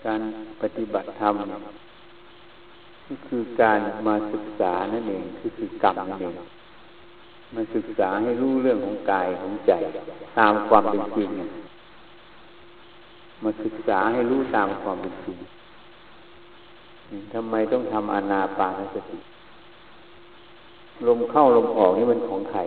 การปฏิบัติธรรมก็คือการมาศึกษานั่นเองคือกรรมนั่นเองมาศึกษาให้รู้เรื่องของกายของใจตามความเป็นจริงมาศึกษาให้รู้ตามความเป็นจริงทำไมต้องทำอานาปานสติลมเข้าลมออกนี่มันของใคร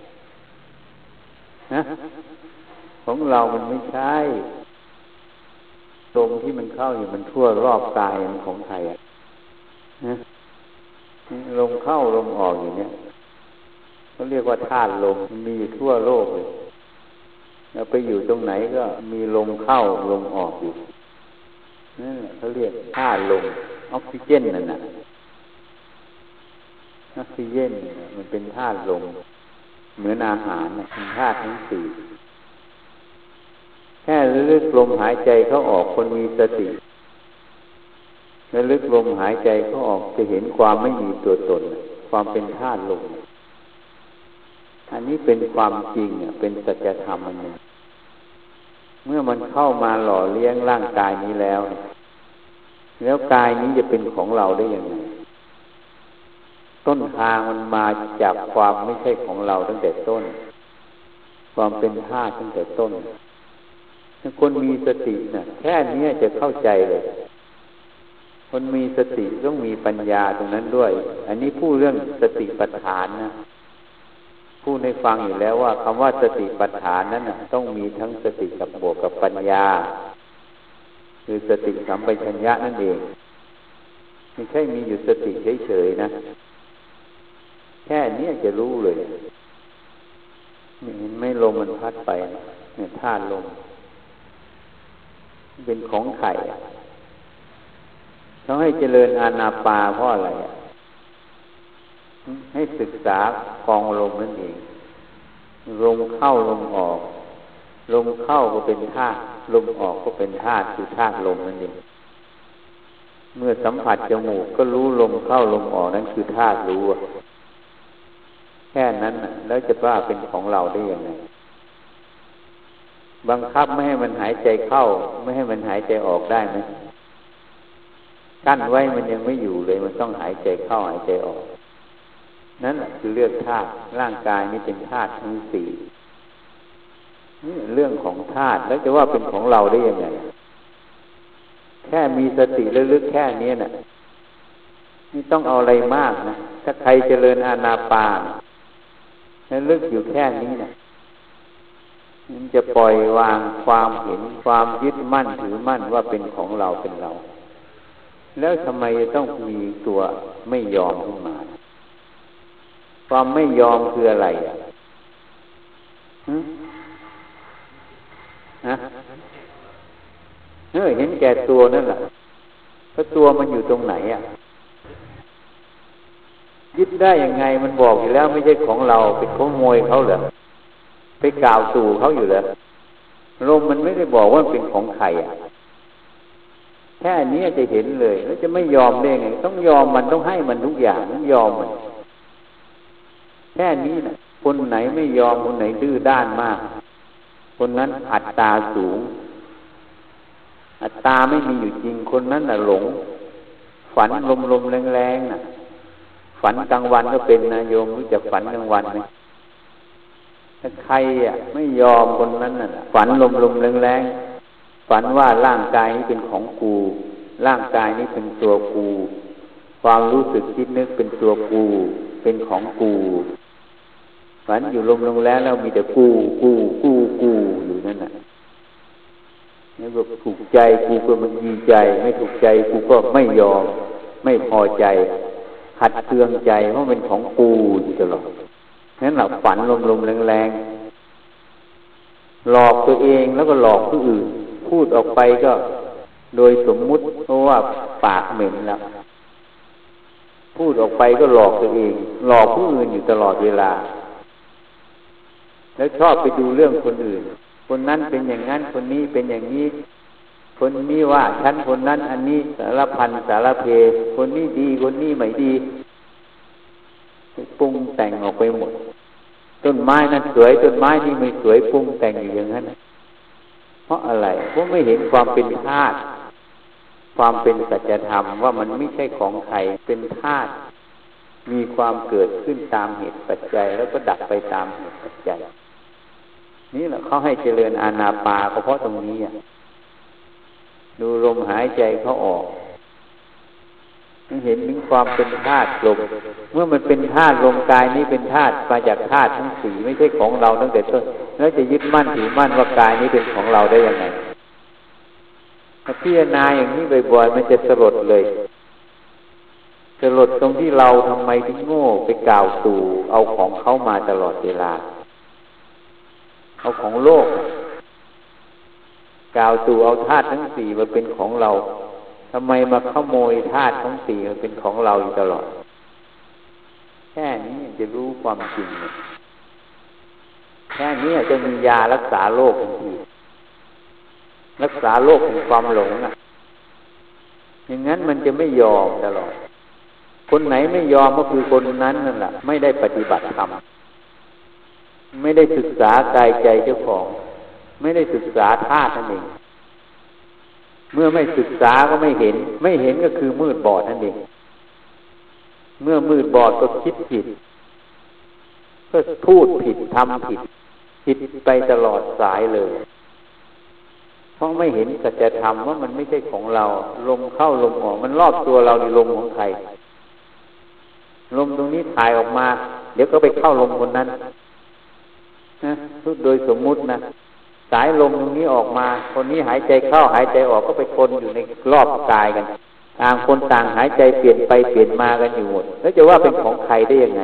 นะของเรามันไม่ใช่ลมที่มันเข้าอยู่มันทั่วรอบกายมันของใครนะลมเข้าลมออกอยู่เนี่ยเขาเรียกว่าธาตุลมมันมีอยู่ทั่วโลกเลยแล้วไปอยู่ตรงไหนก็มีลมเข้าลมออกอยู่นั่นแหละเขาเรียกธาตุลมออกซิเจนนั่นน่ะออกซิเจนมันเป็นธาตุลมเหมือนอาหารเป็นธาตุทั้งสี่แค่ระลึกลมหายใจเข้าออกคนมีสติระลึกลมหายใจเข้าออกจะเห็นความไม่มีตัวตนความเป็นธาตุลมอันนี้เป็นความจริงเป็นสัจธรรมอันหนึ่งเมื่อมันเข้ามาหล่อเลี้ยงร่างกายนี้แล้วกายนี้จะเป็นของเราได้ยังไงต้นทางมันมาจากความไม่ใช่ของเราตั้งแต่ต้นความเป็นธาตุตั้งแต่ต้นถ้าคนมีสติแค่นี้จะเข้าใจเลยคนมีสติต้องมีปัญญาตรงนั้นด้วยอันนี้พูดเรื่องสติปัฏฐานนะพูดให้ฟังอยู่แล้วว่าคำว่าสติปัฏฐานนั้นต้องมีทั้งสติกับบวกกับปัญญาคือสติสัมปชัญญะนั่นเองไม่ใช่มีอยู่สติเฉยๆนะแค่นี้จะรู้เลยเห็นไม่ลมมันพัดไปเนี่ยธาตุลมเป็นของไข่เขาให้เจริญอานาปานเพราะอะไรให้ศึกษากองลมนั่นเองลมเข้าลมออกลมเข้าก็เป็นธาตุลมออกก็เป็นธาตุคือธาตุลมนั่นเองเมื่อสัมผัสจมูกก็รู้ลมเข้าลมออกนั่นคือธาตุรู้แค่นั้นแล้วจะว่าเป็นของเราได้ยังไงบังคับไม่ให้มันหายใจเข้าไม่ให้มันหายใจออกได้ไหมกั้นไว้มันยังไม่อยู่เลยมันต้องหายใจเข้าหายใจออกนั่นแหละคือเรื่องธาตุร่างกายนี้เป็นธาตุทั้งสี่นี่เรื่องของธาตุแล้วจะว่าเป็นของเราได้ยังไงแค่มีสติระลึกแค่นี้น่ะนี่ต้องเอาอะไรมากนะถ้าใครเจริญอานาปานระลึกอยู่แค่นี้น่ะมันจะปล่อยวางความเห็นความยึดมั่นถือมั่นว่าเป็นของเราเป็นเราแล้วทำไมต้องมีตัวไม่ยอมขึ้นมาความไม่ยอมคืออะไรเห็นแก่ตัวนั่นแหละเพราะตัวมันอยู่ตรงไหนยึดได้ยังไงมันบอกอยู่แล้วไม่ใช่ของเราเป็นของขโมยเขาเหรอไปกล่าวตู่เขาอยู่เหรอลมมันไม่ได้บอกว่าเป็นของใครแค่นี้จะเห็นเลยแล้วจะไม่ยอมได้ไงต้องยอมมันต้องให้มันทุกอย่างต้องยอมมันแค่นี้นะคนไหนไม่ยอมคนไหนดื้อด้านมากคนนั้นอัตตาสูงอัตตาไม่มีอยู่จริงคนนั้นหลงฝันลมแรงๆฝันกลางวันก็เป็นนะโยมรู้จักฝันกลางวันไหมถ้าใครไม่ยอมคนนั้นฝันลมแรงๆฝันว่าร่างกายนี้เป็นของกูร่างกายนี้เป็นตัวกูความรู้สึกคิดนึกเป็นตัวกูเป็นของกูฝันอยู่ลมแล้วมีแต่กูอยู่นั่นน่ะนี่ก็ถูกใจกูก็มันดีใจไม่ถูกใจกูก็ไม่ยอมไม่พอใจขัดเคืองใจเพราะเป็นของกูอยู่ตลอดนั่นแหละฝันลมแรงๆหลอกตัวเองแล้วก็หลอกผู้อื่นพูดออกไปก็โดยสมมุติเพราะว่าปากเหม็นแล้วพูดออกไปก็หลอกตัวเองหลอกผู้อื่นอยู่ตลอดเวลาแล้วชอบไปดูเรื่องคนอื่นคนนั้นเป็นอย่างนั้นคนนี้เป็นอย่างนี้คนนี้ว่าฉันคนนั้นอันนี้สารพันสารเพคนนี้ดีคนนี้ไม่ดีปรุงแต่งออกไปหมดต้นไม้นั้นสวยต้นไม้นี้ไม่สวยปรุงแต่งอยู่อย่างนั้นเพราะอะไรเพราะไม่เห็นความเป็นธาตุความเป็นสัจธรรมว่ามันไม่ใช่ของใครเป็นธาตุมีความเกิดขึ้นตามเหตุปัจจัยแล้วก็ดับไปตามเหตุปัจจัยนี่แหละเขาให้เจริญอานาปานเพราะตรงนี้ดูลมหายใจเข้าออกเห็นถึงความเป็นธาตุลมเมื่อมันเป็นธาตุลมกายนี้เป็นธาตุมาจากธาตุทั้งสี่ไม่ใช่ของเราตั้งแต่ต้นแล้วจะยึดมั่นถือมั่นว่ากายนี้เป็นของเราได้ยังไงถ้าพิจารณาอย่างนี้บ่อยๆมันจะสลดเลยสลดตรงที่เราทำไมถึงโง่ไปกล่าวตู่เอาของเขามาตลอดเวลาเอาของโลกกล่าวตู่เอาธาตุทั้งสี่มาเป็นของเราทำไมมาขโมยธาตุทั้งสี่มาเป็นของเราอยู่ตลอดแค่นี้จะรู้ความจริงแค่นี้จะมียารักษาโรคทันทีรักษาโรคของความหลงอย่างนั้นมันจะไม่ยอมตลอดคนไหนไม่ยอมก็คือคนนั้นนั่นแหละไม่ได้ปฏิบัติธรรมไม่ได้ศึกษากายใจเจ้าของไม่ได้ศึกษาธาตุนั่นเองเมื่อไม่ศึกษาก็ไม่เห็นไม่เห็นก็คือมืดบอดนั่นเองเมื่อมืดบอดก็คิดผิดก็พูดผิดทำผิดผิดไปตลอดสายเลยเพราะไม่เห็นสัจธรรมว่ามันไม่ใช่ของเราลมเข้าลมออกมันรอบตัวเราในลมของใครลมตรงนี้ถ่ายออกมาเดี๋ยวก็ไปเข้าลมคนนั้นนะพูดโดยสมมุตินะสายลมตรงนี้ออกมาคนนี้หายใจเข้าหายใจออกก็ไปคนอยู่ในรอบกายกันต่างคนต่างหายใจเปลี่ยนไปเปลี่ยนมากันอยู่หมดแล้วจะว่าเป็นของใครได้ยังไง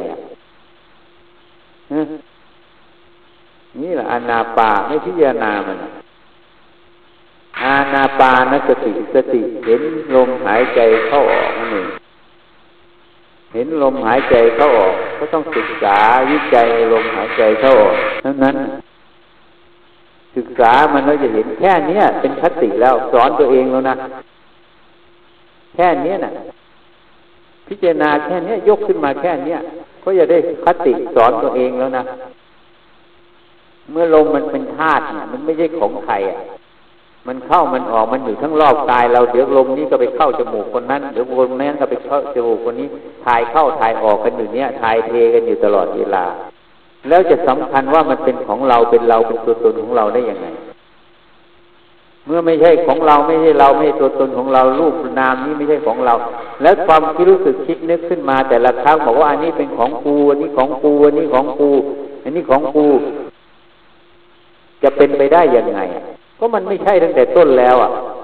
นี่แหละอานาปานไม่พิจารณามันอานาปานสติเห็นลมหายใจเข้าออกนั่นเองเห็นลมหายใจเข้าออกก็ต้องศึกษาวิจัยลมหายใจเข้าออกทั้งนั้นศึกษามันแล้วจะเห็นแค่นี้เป็นคติแล้วสอนตัวเองแล้วนะแค่นี้น่ะพิจารณาแค่นี้ยกขึ้นมาแค่นี้ก็จะได้คติสอนตัวเองแล้วนะเมื่อลมมันเป็นธาตุเนี่ยมันไม่ใช่ของใครมันเข้ามันออกมันอยู่ทั้งรอบกายเราเดี๋ยวลมนี้ก็ไปเข้าจมูกคนนั้นเดี๋ยวลมนั้นก็ไปเข้าจมูกคนนี้ถ่ายเข้าถ่ายออกกันอยู่เนี้ยถ่ายเทกันอยู่ตลอดเวลาแล้วจะสำคัญว่ามันเป็นของเราเป็นเราเป็นตัวตนของเราได้ยังไงเมื่อไม่ใช่ของเราไม่ใช่เราไม่ใช่ตัวตนของเรารูปนามนี้ไม่ใช่ของเราแล้วความคิดรู้สึกคิดนึกขึ้นมาแต่ละครั้งบอกว่าอันนี้เป็นของกูอันนี้ของกูอันนี้ของกูอันนี้ของกูจะเป็นไปได้ยังไงก็มันไม่ใช่ตั้งแต่ต้นแล้ว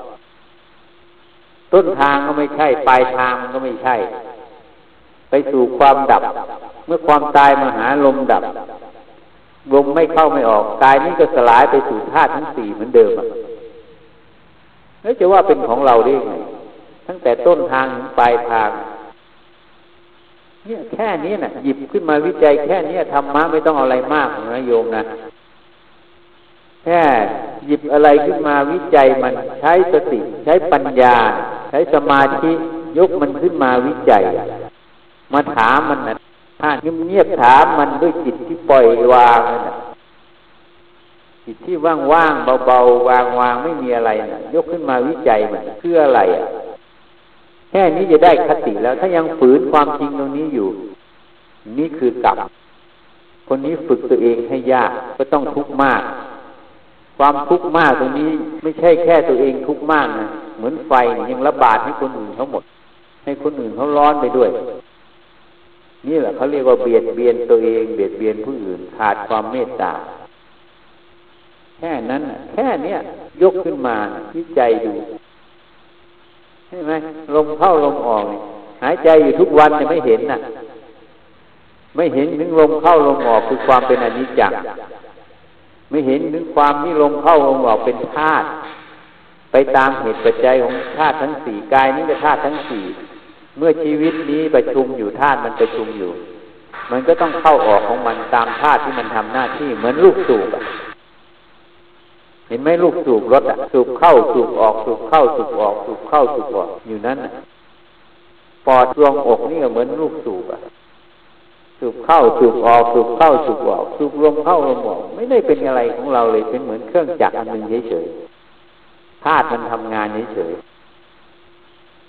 ต้นทางก็ไม่ใช่ปลายทางก็ไม่ใช่ไปสู่ความดับเมื่อความตายมาหาลมดับลมไม่เข้าไม่ออกกายนี้ก็สลายไปสู่ธาตุทั้งสี่เหมือนเดิมแล้วจะว่าเป็นของเราได้ไงตั้งแต่ต้นทางถึงปลายทางเนี่ยแค่นี้น่ะหยิบขึ้นมาวิจัยแค่นี้ธรรมะไม่ต้องเอาอะไรมากนะโยมนะแค่หยิบอะไรขึ้นมาวิจัยมันใช้สติใช้ปัญญาใช้สมาธิยกมันขึ้นมาวิจัยมาถามมันนะถ้าเงียบๆถามมันด้วยจิตที่ปล่อยวางนะจิตที่ว่างๆเบาๆวางๆไม่มีอะไรนะยกขึ้นมาวิจัยมันเพื่ออะไรแค่นี้จะได้คติแล้วถ้ายังฝืนความจริงตรงนี้อยู่นี่คือกรรมคนนี้ฝึกตัวเองให้ยากก็ต้องทุกข์มากความทุกข์มากตรงนี้ไม่ใช่แค่ตัวเองทุกข์มากนะเหมือนไฟยังระบาดให้คนอื่นเขาหมดให้คนอื่นเขาร้อนไปด้วยนี่แหละเขาเรียกว่าเบียดเบียนตัวเองเบียดเบียนผู้อื่นขาดความเมตตาแค่นั้นแค่เนี้ยยกขึ้นมาวิจัยดูใช่ไหมลมเข้าลมออกหายใจอยู่ทุกวันจะไม่เห็นน่ะไม่เห็นถึงลมเข้าลมออกคือความเป็นอนิจจ์ไม่เห็นถึงความที่ลมเข้าลมออกเป็นธาตุไปตามเหตุปัจจัยของธาตุทั้งสี่กายนี้เป็นธาตุทั้งสี่เมื่อชีวิตนี้ประชุมอยู่ธาตุมันประชุมอยู่มันก็ต้องเข้าออกของมันตามธาตุที่มันทำหน้าที่เหมือนลูกสูบเห็นไหมลูกสูบรถสูบเข้าสูบออกสูบเข้าสูบออกสูบเข้าสูบออกอยู่นั้นปอดดวงอกนี่ก็เหมือนลูกสูบสูบเข้าสูบออกสูบเข้าสูบออกสูบลมเข้าลมออกไม่ได้เป็นอะไรของเราเลยเป็นเหมือนเครื่องจักรอันหนึ่งเฉยๆธาตุมันทำงานเฉยๆ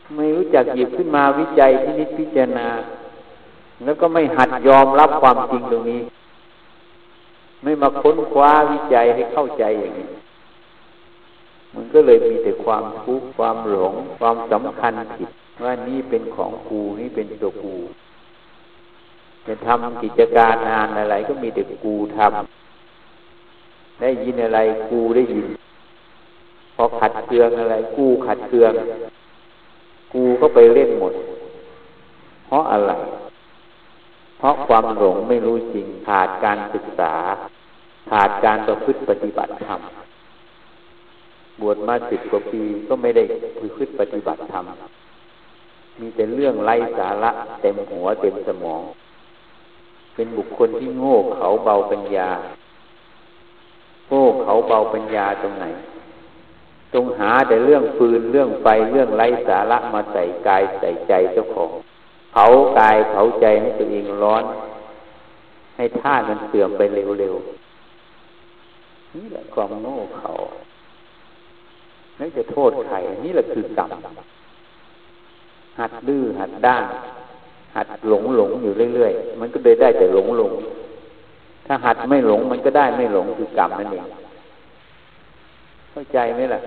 ไม่รู้จักหยิบขึ้นมาวิจัยพินิจพิจารณาแล้วก็ไม่หัดยอมรับความจริงตรงนี้ไม่มาค้นคว้าวิจัยให้เข้าใจอย่างนี้มันก็เลยมีแต่ความทุกข์ความหลงความสำคัญผิดว่านี่เป็นของกูนี่เป็นตัวกูจะทำกิจการงานอะไรก็มีแต่กูทำได้ยินอะไรกูได้ยินพอขัดเคืองอะไรกูขัดเคืองกูก็ไปเล่นหมดเพราะอะไรเพราะความหลงไม่รู้จริงขาดการศึกษาขาดการประพฤติปฏิบัติธรรมบวชมา10 กว่าปีก็ไม่ได้ประพฤติปฏิบัติธรรมมีแต่เรื่องไร้สาระเต็มหัวเต็มสมองเป็นบุคคลที่โง่เขลาเบาปัญญาโง่เขลาเบาปัญญาตรงไหนตรงหาแต่เรื่องฟืนเรื่องไฟเรื่องไร้สาระมาใส่กายใส่ใจเจ้าของเผากายเผาใจให้ตัวเองร้อนให้ธาตุมันเสื่อมไปเร็วๆนี่แหละความโง่เขลาไม่จะโทษใครนี่แหละคือกรรมหัดดื้อหัดด้านหัดหลงอยู่เรื่อยๆมันก็เลยได้แต่หลงถ้าหัดไม่หลงมันก็ได้ไม่หลงคือกรรมนั่นเองเข้าใจไหมล่ะ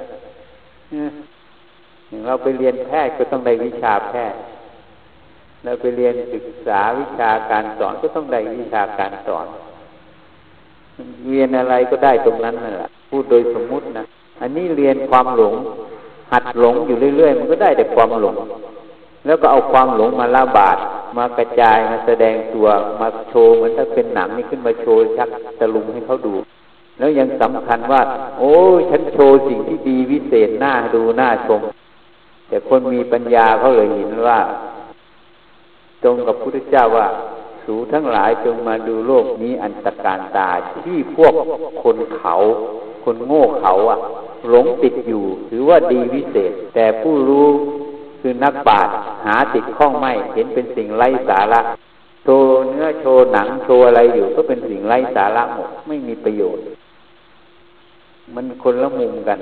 อย่างเราไปเรียนแพทย์ก็ต้องได้วิชาแพทย์เราไปเรียนศึกษาวิชาการสอนก็ต้องได้วิชาการสอนเรียนอะไรก็ได้ตรงนั้นนั่นแหละพูดโดยสมมุตินะอันนี้เรียนความหลงหัดหลงอยู่เรื่อยๆมันก็ได้แต่ความหลงแล้วก็เอาความหลงมาระบาดมากระจายมาแสดงตัวมาโชว์เหมือนถ้าเป็นหนังนี่ขึ้นมาโชว์ชักตะลุงให้เขาดูแล้วยังสำคัญว่าโอ้ยฉันโชว์สิ่งที่ดีวิเศษน่าดูน่าชมแต่คนมีปัญญาเขาเลยเห็นว่าตรงกับพุทธเจ้าว่าสูทั้งหลายจงมาดูโลกนี้อันตการตาที่พวกคนโง่เขาหลงติดอยู่ถือว่าดีวิเศษแต่ผู้รู้คือนักปราชญ์หาติดข้องไม่เห็นเป็นสิ่งไร้สาระโชว์เนื้อโชว์หนังโชว์อะไรอยู่ก็เป็นสิ่งไร้สาระหมดไม่มีประโยชน์มันคนละมุมกัน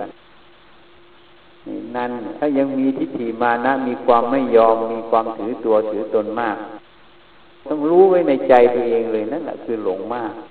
นั่นถ้ายังมีทิฏฐิมานะมีความไม่ยอมมีความถือตัวถือตนมากต้องรู้ไว้ในใจตัวเองเลยนั่นแหละคือหลงมาก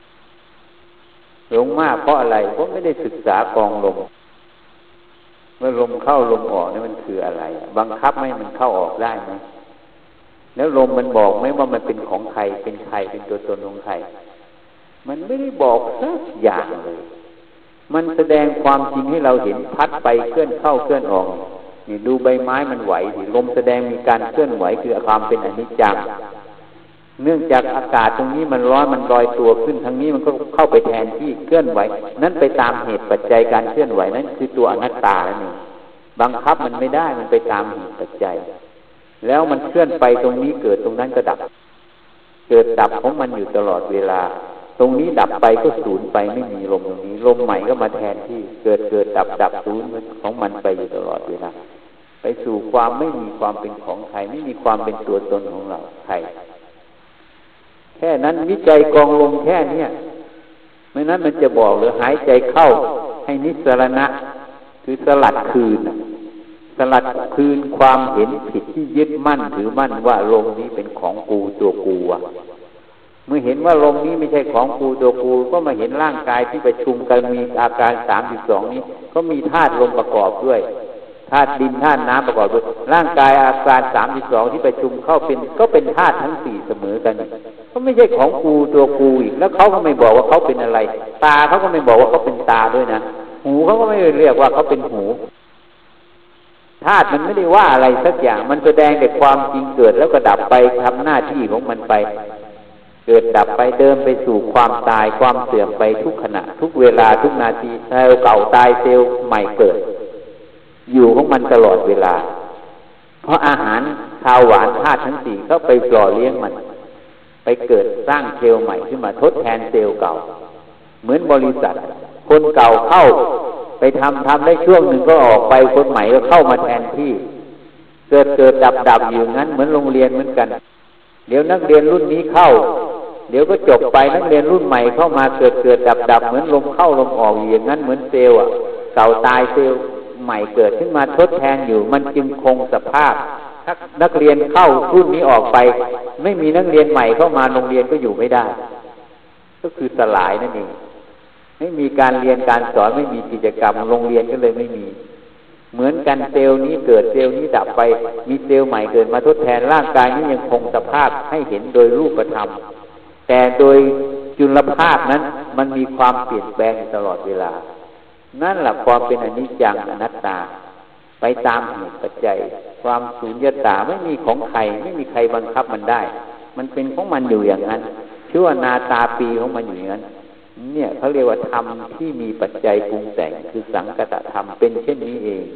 เพราะอะไรเพราะไม่ได้ศึกษากองลมเมื่อลมเข้าลมออกนี่มันคืออะไรบังคับให้มันเข้าออกได้ไหมแล้วลมมันบอกไหมว่ามันเป็นของใครเป็นใครเป็นตัวตนของใครมันไม่ได้บอกสักอย่างเลยมันแสดงความจริงให้เราเห็นพัดไปเคลื่อนเข้าเคลื่อนออกนี่ดูใบไม้มันไหวสิลมแสดงมีการเคลื่อนไหวคือความเป็นอนิจจังเนื่องจากอากาศตรงนี้มันร้อนมันลอยตัวขึ้นทางนี้มันก็เข้าไปแทนที่เคลื่อนไหวนั้นไปตามเหตุปัจจัยการเคลื่อนไหวนั้นคือตัวอนัตตาแล้วนี่บังคับมันไม่ได้มันไปตามเหตุปัจจัยแล้วมันเคลื่อนไปตรงนี้เกิดตรงนั้นก็ดับเกิดดับของมันอยู่ตลอดเวลาตรงนี้ดับไปก็สูญไปไม่มีลมตรงนี้ลมใหม่ก็มาแทนที่เกิดดับสูญของมันไปอยู่ตลอดเวลาไปสู่ความไม่มีความเป็นของใครไม่มีความเป็นตัวตนของเราใครแค่นั้นวิจัยกองลมแค่เนี้ยไม่นั้นมันจะบอกหรือหายใจเข้าให้นิสรณะคือสลัดคืนความเห็นผิดที่ยึดมั่นถือมั่นว่าลมนี้เป็นของกูตัวกูเมื่อเห็นว่าลมนี้ไม่ใช่ของกูตัวกูก็มาเห็นร่างกายที่ประชุมกันมีอาการ32นี้ก็มีธาตุลมประกอบด้วยธาตุดินธาตุน้ำประกอบด้วยร่างกายอาการ32ที่ประชุมเข้าเป็นก็เป็นธาตุทั้ง4เสมอกันก็ไม่ใช่ของกูตัวกูอีกแล้วเขาก็ไม่บอกว่าเขาเป็นอะไรตาเขาก็ไม่บอกว่าเขาเป็นตาด้วยนะหูเขาก็ไม่เรียกว่าเขาเป็นหูธาตุมันไม่ได้ว่าอะไรสักอย่างมันแสดงแต่ความจริงเกิดแล้วก็ดับไปทำหน้าที่ของมันไปเกิดดับไปเดินไปสู่ความตายความเสื่อมไปทุกขณะทุกเวลาทุกนาทีเซลล์เก่าตายเซลล์ใหม่เกิดอยู่ของมันตลอดเวลาเพราะอาหารข้าวหวานธาตุทั้ง4เข้าไปหล่อเลี้ยงมันไปเกิดสร้างเซลล์ใหม่ขึ้นมาทดแทนเซลล์เก่าเหมือนบริษัทคนเก่าเข้าไปทำได้ช่วงหนึ่งก็ออกไปคนใหม่ก็เข้ามาแทนที่เกิดดับอยู่งั้นเหมือนโรงเรียนเหมือนกันเดี๋ยวนักเรียนรุ่นนี้เข้าเดี๋ยวก็จบไปนักเรียนรุ่นใหม่เข้ามาเกิดดับเหมือนลมเข้าลมออกอย่างนั้นเหมือนเซลล์เก่าตายเซลล์ใใหม่เกิดขึ้นมาทดแทนอยู่มันจึงคงสภาพถ้านักเรียนเข้ารุ่นนี้ออกไปไม่มีนักเรียนใหม่เข้ามาโรงเรียนก็อยู่ไม่ได้ก็คือสลายนั่นเองไม่มีการเรียนการสอนไม่มีกิจกรรมโรงเรียนก็เลยไม่มีเหมือนกันเซลล์นี้เกิดเซลล์นี้ดับไปมีเซลล์ใหม่เกิดมาทดแทนร่างกายนี้ยังคงสภาพให้เห็นโดยรูปธรรมแต่โดยจุลภาพนั้นมันมีความเปลี่ยนแปลงตลอดเวลานั่นแหละความเป็นอนิจจังอนัตตาไปตามเหตุปัจจัยความสูญญตาไม่มีของใครไม่มีใครบังคับมันได้มันเป็นของมันอยู่อย่างนั้นชื่อว่านาตาปีของมันอยู่อย่างนั้นเนี่ยเขาเรียกว่าธรรมที่มีปัจจัยปรุงแต่งคือสังคตธรรมเป็นเช่นนี้เอง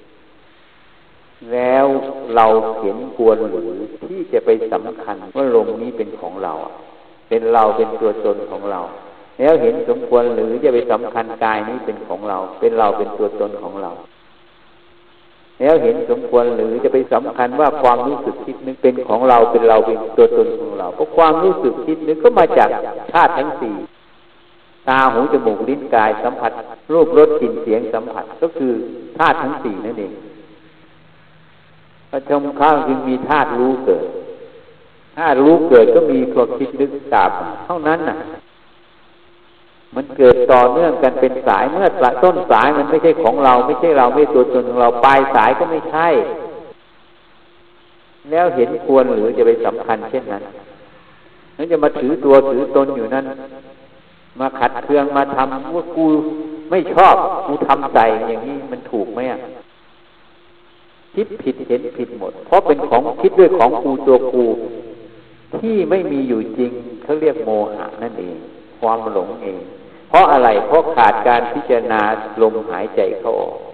แล้วเราเห็นควรหรือที่จะไปสำคัญว่าลมนี้เป็นของเราเป็นเราเป็นตัวตนของเราแล้วเห็นสมควรหรือจะไปสำคัญกายนี้เป็นของเราเป็นเราเป็นตัวตนของเราแล้วเห็นสมควรหรือจะไปสำคัญว่าความรู้สึกคิดนึกเป็นของเราเป็นเราเป็นตัวตนของเราเพราะความรู้สึกคิดนึกก็มาจากธาตุทั้งสี่ตาหูจมูกลิ้นกายสัมผัสรูปรสกลิ่นเสียงสัมผัสก็คือธาตุทั้งสี่นั่นเองพระชมข้าวจึงมีธาตุรู้เกิดธาตุรู้เกิดก็มีความคิดนึกตามเท่านั้นน่ะมันเกิดต่อเนื่องกันเป็นสายเมื่อต้นสายมันไม่ใช่ของเราไม่ใช่เราไม่ตัวตนของเราปลายสายก็ไม่ใช่แล้วเห็นควรหรือจะไปสำคัญเช่นนั้นนั่นจะมาถือตัวถือตนอยู่นั้นมาขัดเคืองมาทำว่ากูไม่ชอบกูทำใจอย่างนี้มันถูกไหมคิดผิดเห็นผิดหมดเพราะเป็นของคิดด้วยของกูตัวกูที่ไม่มีอยู่จริงเขาเรียกโมหะนั่นเองความหลงเองเพราะอะไรเพราะขาดการพิจารณาลมหายใจเข้าออก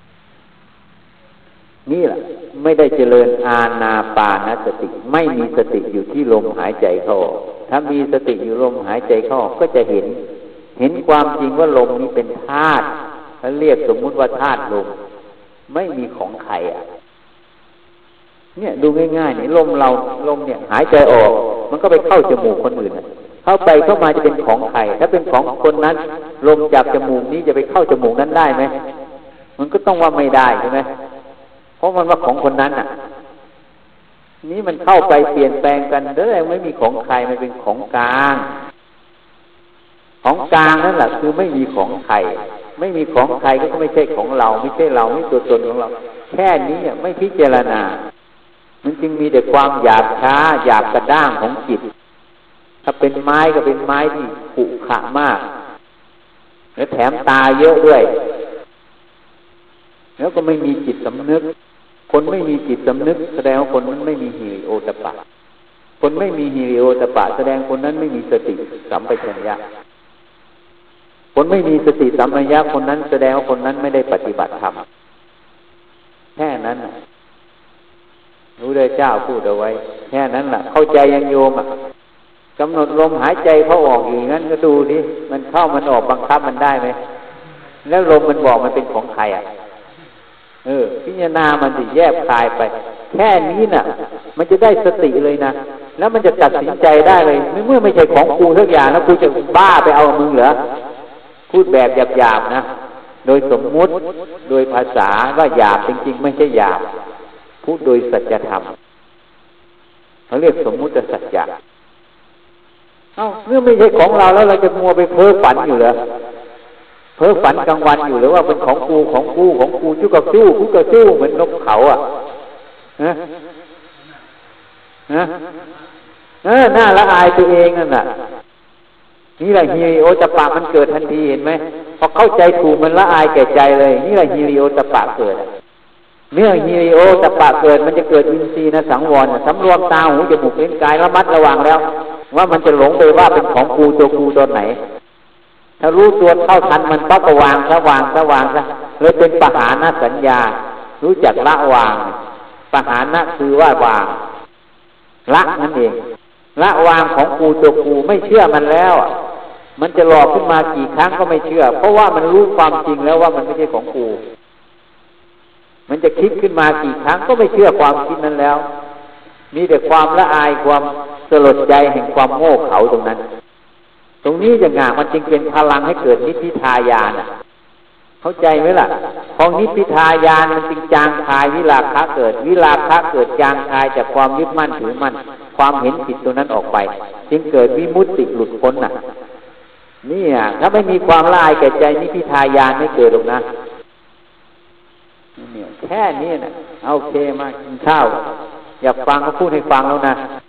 นี่แหละไม่ได้เจริญอานาปานสติไม่มีสติอยู่ที่ลมหายใจเข้าออกถ้ามีสติอยู่ลมหายใจเข้าออกก็จะเห็นความจริงว่าลมนี้เป็นธาตุเขาเรียกสมมุติว่าธาตุลมไม่มีของใครเนี่ยดูง่ายๆนี่ลมเนี่ยหายใจออกมันก็ไปเข้าจมูกคนอื่นเข้าไปเข้ามาจะเป็นของใครถ้าเป็นของคนนั้นลมจากจมูกนี้จะไปเข้าจมูกนั้นได้ไหมมันก็ต้องว่าไม่ได้ใช่ไหมเพราะมันว่าของคนนั้นนี้มันเข้าไปเปลี่ยนแปลงกันเลยไม่มีของใครมันเป็นของกลางของกลางนั่นแหละคือไม่มีของใครไม่มีของใครก็ไม่ใช่ของเราไม่ใช่เราไม่ตัวตนของเราแค่นี้ไม่พิจารณามันจึงมีแต่ความหยาบช้าหยาบกระด้างของจิตถ้าเป็นไม้ก็เป็นไม้ที่ขรุขระมากแล้วแถมตาเยอะด้วยแล้วก็ไม่มีจิตสำนึกคนไม่มีจิตสำนึกแสดงว่าคนนั้นไม่มีหิริโอตปะคนไม่มีหิริโอตปะแสดงคนนั้นไม่มีสติสัมปชัญญะคนไม่มีสติสัมปชัญญะคนนั้นแสดงว่าคนนั้นไม่ได้ปฏิบัติธรรมแค่นั้นรู้ได้เจ้าพูดเอาไว้แค่นั้นแหละเข้าใจยังโยมกำหนดลมหายใจเข้าออกอย่างนั้นก็ดูดิมันเข้ามันออกบังคับมันได้ไหมแล้วลมมันบอกมันเป็นของใครพิจารณามันสิแยบคายไปแค่นี้น่ะมันจะได้สติเลยนะแล้วมันจะตัดสินใจได้เลยเมื่อไม่ใช่ของกูทุกอย่างแล้วกูจะบ้าไปเอามึงเหรอพูดแบบหยาบๆนะโดยสมมุติโดยภาษาว่าหยาบจริงๆไม่ใช่หยาบพูดโดยสัจธรรมเขาเรียกสมมุติสัจจะเมื่อไม่ใช่ของเราแล้วเราจะมัวไปเพ้อฝันอยู่เหรอเพ้อฝันกลางวันอยู่หรือว่าเป็นของกูจุกกับจู้กูกับจู้เหมือนนกเขาน่าละอายตัวเองนั่นน่ะนี่แหละฮิริโอตปะมันเกิดทันทีเห็นไหมพอเข้าใจถูกมันละอายแก่ใจเลยนี่แหละฮิริโอตปะเกิดเมื่อฮิริโอตปะเกิดมันจะเกิดอินทรีย์สังวรสำรวมตาหูจมูกลิ้นกายระมัดระวังแล้วว่ามันจะหลงไปว่าเป็นของกูตัวกูตอนไหนถ้ารู้ตัวเท่าทันมันปั๊บก็วางซะเลยเป็นปหานะสัญญารู้จักละวางปหานะคือว่าวางละนั่นเองละวางของกูตัวกูไม่เชื่อมันแล้วมันจะหลอกขึ้นมากี่ครั้งก็ไม่เชื่อเพราะว่ามันรู้ความจริงแล้วว่ามันไม่ใช่ของกูมันจะคิดขึ้นมากี่ครั้งก็ไม่เชื่อความคิดนั้นแล้วมีแต่ความละอายความสลดใจแห่งความโง่เขลาตรงนั้นตรงนี้อย่างงานมันจึงเป็นพลังให้เกิดนิพพิทายานเข้าใจไหมล่ะของนิพพิทายานมันจึงจางคายวิราคะเกิดวิราคะเกิดจางคายจากความยึดมั่นถือมั่นความเห็นผิดตัวนั้นออกไปจึงเกิดวิมุตติหลุดพ้นน่ะนี่อ่ะถ้าไม่มีความละอายแก่ใจนิพพิทายานไม่เกิดหรอกนะเนี่ยแค่นี้นะโอเคมากินข้าวอยากฟังก็พูดให้ฟังแล้วนะ